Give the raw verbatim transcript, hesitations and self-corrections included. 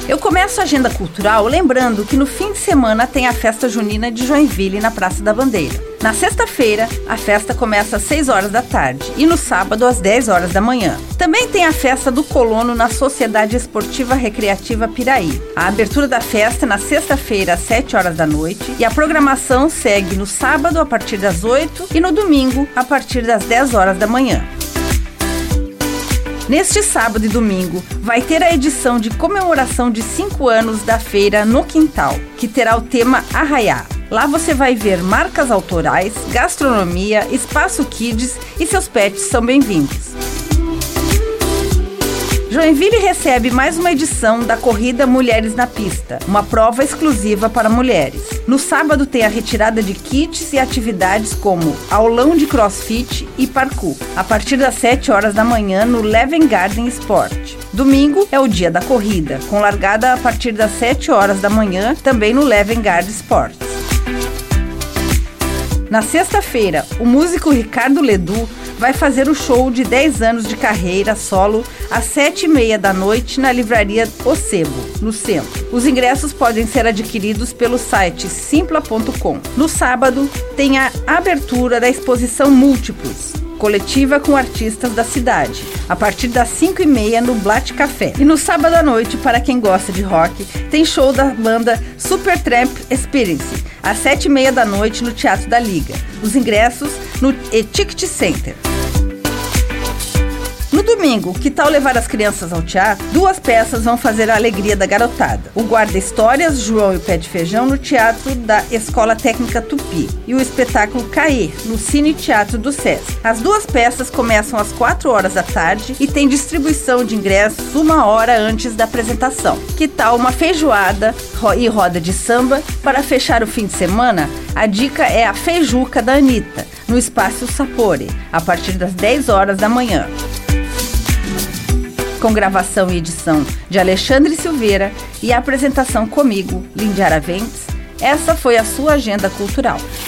Eu começo a agenda cultural lembrando que no fim de semana tem a festa junina de Joinville na Praça da Bandeira. Na sexta-feira, a festa começa às seis horas da tarde e no sábado às dez horas da manhã. Também tem a festa do colono na Sociedade Esportiva Recreativa Piraí. A abertura da festa é na sexta-feira às sete horas da noite e a programação segue no sábado a partir das oito e no domingo a partir das dez horas da manhã. Neste sábado e domingo, vai ter a edição de comemoração de cinco anos da Feira no Quintal, que terá o tema Arraiá. Lá você vai ver marcas autorais, gastronomia, espaço kids e seus pets são bem-vindos. Joinville recebe mais uma edição da Corrida Mulheres na Pista, uma prova exclusiva para mulheres. No sábado tem a retirada de kits e atividades como aulão de crossfit e parkour, a partir das sete horas da manhã no Leven Garden Sport. Domingo é o dia da corrida, com largada a partir das sete horas da manhã, também no Leven Garden Sport. Na sexta-feira, o músico Ricardo Ledu vai fazer o show de dez anos de carreira solo às sete e meia da noite na livraria O Sebo, no centro. Os ingressos podem ser adquiridos pelo site simpla ponto com. No sábado, tem a abertura da exposição Múltiplos, coletiva com artistas da cidade, a partir das cinco e meia no Blatt Café. E no sábado à noite, para quem gosta de rock, tem show da banda Supertramp Experience, às sete e meia da noite no Teatro da Liga. Os ingressos no E-Ticket Center. No domingo, que tal levar as crianças ao teatro? Duas peças vão fazer a alegria da garotada. O Guarda-Histórias, João e o Pé de Feijão, no Teatro da Escola Técnica Tupi. E o espetáculo Caê, no Cine Teatro do Sesc. As duas peças começam às quatro horas da tarde e tem distribuição de ingressos uma hora antes da apresentação. Que tal uma feijoada e roda de samba? Para fechar o fim de semana, a dica é a Feijuca da Anitta, no Espaço Sapore, a partir das dez horas da manhã. Com gravação e edição de Alexandre Silveira e a apresentação comigo, Lindy Araventes, essa foi a sua agenda cultural.